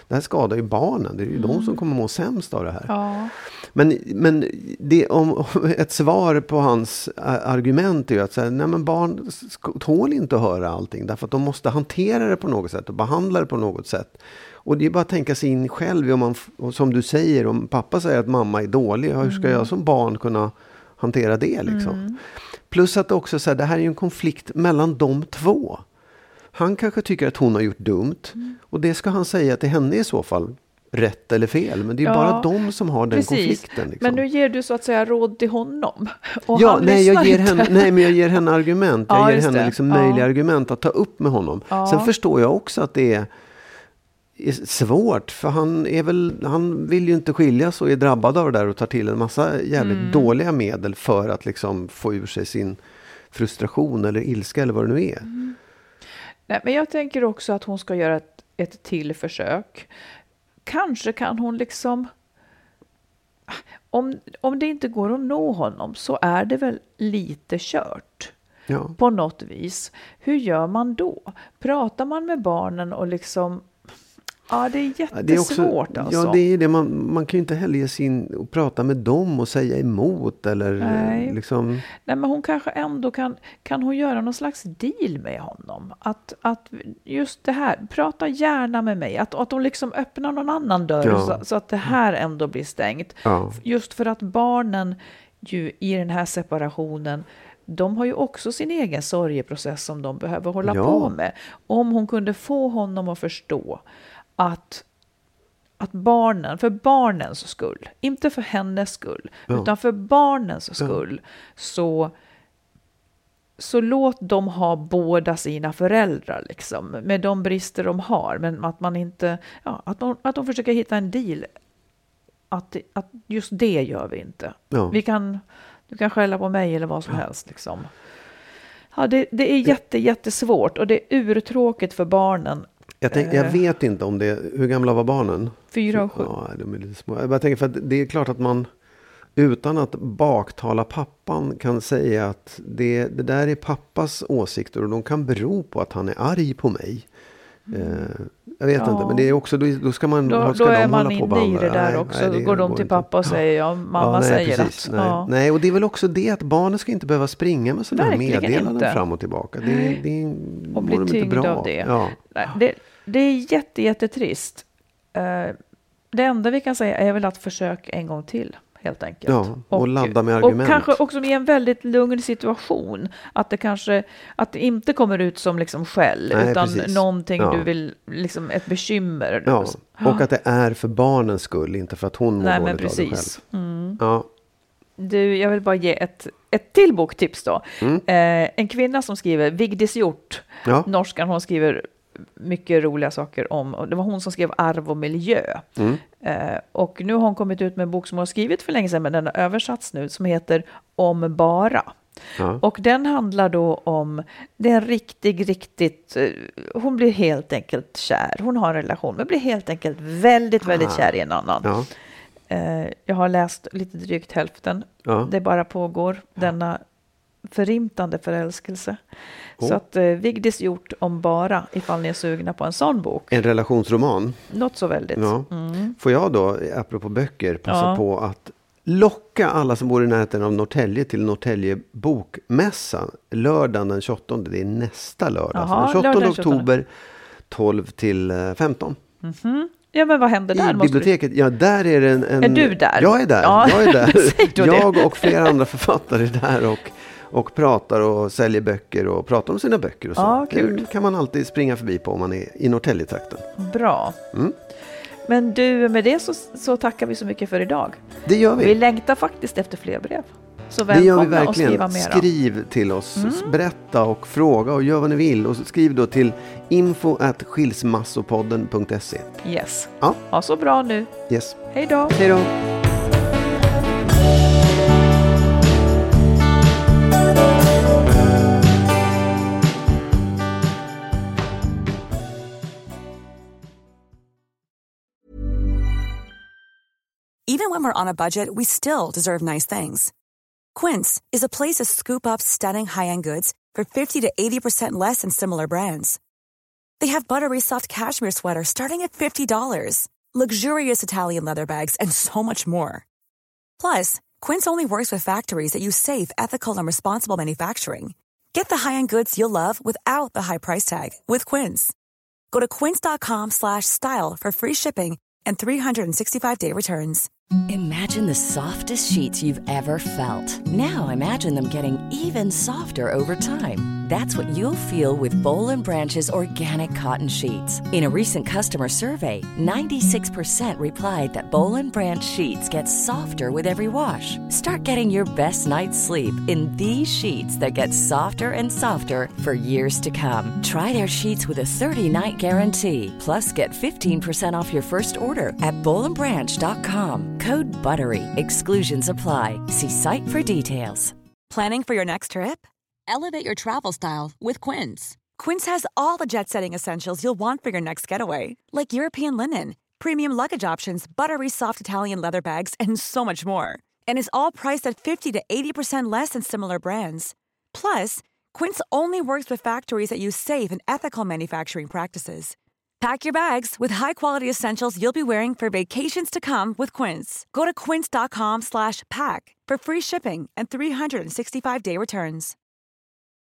det här skadar ju barnen. Det är ju mm. de som kommer må sämst av det här. Ja. Men, men det, om, ett svar på hans argument är ju att säga, nej men barn tål inte att höra allting. Därför att de måste hantera det på något sätt och behandla det på något sätt. Och det är bara att tänka sig in själv. Om man, som du säger, om pappa säger att mamma är dålig. Hur ska mm. jag som barn kunna hantera det liksom? Mm. Plus att också så här, det här är ju en konflikt mellan de två. Han kanske tycker att hon har gjort dumt. Mm. Och det ska han säga till henne i så fall. Rätt eller fel. Men det är ja, bara de som har den precis. konflikten. Liksom. Men nu ger du så att säga råd till honom. Och ja, han nej, jag ger inte. henne, nej, men jag ger henne argument. Jag ja, ger henne liksom ja. möjliga argument att ta upp med honom. Ja. Sen förstår jag också att det är, är svårt. För han, är väl, han vill ju inte skiljas och är drabbad av det där och tar till en massa jävligt mm. dåliga medel för att liksom få ur sig sin frustration eller ilska eller vad det nu är. Mm. Nej, men jag tänker också att hon ska göra ett, ett till försök. Kanske kan hon liksom, om, om det inte går att nå honom så är det väl lite kört ja. på något vis. Hur gör man då? Pratar man med barnen och liksom, ja det är jättesvårt det är också, alltså. Ja det är det, man, man kan ju inte heller ge sig in och prata med dem och säga emot eller Nej. liksom. Nej men hon kanske ändå kan, kan hon göra någon slags deal med honom. Att, att just det här, prata gärna med mig. Att, att hon liksom öppnar någon annan dörr ja. så, så att det här ändå blir stängt. Ja. Just för att barnen ju i den här separationen, de har ju också sin egen sorgeprocess som de behöver hålla ja. på med. Om hon kunde få honom att förstå att, att barnen, för barnens skull, inte för hennes skull, ja. utan för barnens skull, ja. så, så låt dem ha båda sina föräldrar liksom, med de brister de har, men att man inte, ja, att de, att de försöker hitta en deal, att, att just det gör vi inte. Ja. Vi kan, du kan skälla på mig eller vad som ja. helst liksom. Ja, det, det är jätte, jättesvårt och det är urtråkigt för barnen. Jag, tänk, jag vet inte om det, hur gamla var barnen? Fyra och sju. Ja, de är lite små. Jag bara tänker för att det är klart att man utan att baktala pappan kan säga att det, det där är pappas åsikter och de kan bero på att han är arg på mig. Mm. Eh, jag vet ja. inte, men det är också, då, då ska man då, ska då de är man hålla på inne i det där nej, också. Nej, då går de till pappa och säger ja, mamma ja, nej, säger precis, att. Nej. Ja. nej, och det är väl också det att barnen ska inte behöva springa med sådana här meddelanden inte. fram och tillbaka. Det, det och bli tyngd bra. av det. Ja. Nej, det. Det är jätte, jättetrist. Uh, det enda vi kan säga är väl att försöka en gång till, helt enkelt. Ja, och, och ladda med argument. Och kanske också med en väldigt lugn situation. Att det kanske, att det inte kommer ut som liksom skäll, Nej, utan precis. någonting ja. du vill, liksom ett bekymmer. Ja, och att det är för barnens skull, inte för att hon mår Nej, dåligt men precis. av det själv. Mm. Ja. Du, jag vill bara ge ett, ett till boktips då. Mm. Uh, en kvinna som skriver, Vigdis Hjort, ja. norskan, hon skriver mycket roliga saker om, och det var hon som skrev Arv och miljö. Mm. Eh, och nu har hon kommit ut med en bok som hon har skrivit för länge sedan, men den har översatts nu, som heter Om bara. Ja. Och den handlar då om, det är en riktig, riktigt, eh, hon blir helt enkelt kär. Hon har en relation, men blir helt enkelt väldigt, väldigt ah. kär i en annan. Ja. Eh, jag har läst lite drygt hälften. Ja. Det bara pågår, denna förimtande förälskelse. Oh. Så att eh, Vigdis Hjort Om bara, ifall ni är sugna på en sån bok. En relationsroman. Något så väldigt. Ja. Mm. Får jag då, apropå böcker, passa ja. på att locka alla som bor i närheten av Norrtälje till Norrtälje bokmässa lördagen den tjugoåttonde. Det är nästa lördag. Jaha, den tjugoåttonde lördag, oktober tolv till femton. Mm-hmm. Ja, men vad händer där? I biblioteket, du... ja där är det en, en... Är du där? Jag är där, ja. jag är där. Jag det? och flera andra författare är där och, och pratar och säljer böcker och pratar om sina böcker och så. Ja, kul. Det kan man alltid springa förbi på om man är i Norrtäljetrakten. Bra. Mm. Men du, med det så, så tackar vi så mycket för idag. Det gör vi. Vi längtar faktiskt efter fler brev. Så det gör vi välkomna och verkligen. skriva mera. Skriv till oss, Mm. berätta och fråga och gör vad ni vill. Och skriv då till info at skilsmassopodden punkt se. Yes. Ja. Ha så bra nu. Yes. Hej då. Hej då. Even when we're on a budget, we still deserve nice things. Quince is a place to scoop up stunning high-end goods for fifty to eighty percent less than similar brands. They have buttery soft cashmere sweaters starting at fifty dollars, luxurious Italian leather bags, and so much more. Plus, Quince only works with factories that use safe, ethical, and responsible manufacturing. Get the high-end goods you'll love without the high price tag with Quince. Go to quince.com slash style for free shipping and three sixty-five day returns. Imagine the softest sheets you've ever felt. Now imagine them getting even softer over time. That's what you'll feel with Boll and Branch's organic cotton sheets. In a recent customer survey, ninety-six percent replied that Boll and Branch sheets get softer with every wash. Start getting your best night's sleep in these sheets that get softer and softer for years to come. Try their sheets with a thirty-night guarantee. Plus, get fifteen percent off your first order at boll and branch dot com. Code BUTTERY. Exclusions apply. See site for details. Planning for your next trip? Elevate your travel style with Quince. Quince has all the jet-setting essentials you'll want for your next getaway, like European linen, premium luggage options, buttery soft Italian leather bags, and so much more. And is all priced at fifty to eighty percent less than similar brands. Plus, Quince only works with factories that use safe and ethical manufacturing practices. Pack your bags with high-quality essentials you'll be wearing for vacations to come with Quince. Go to quince.com slash pack for free shipping and three sixty-five day returns.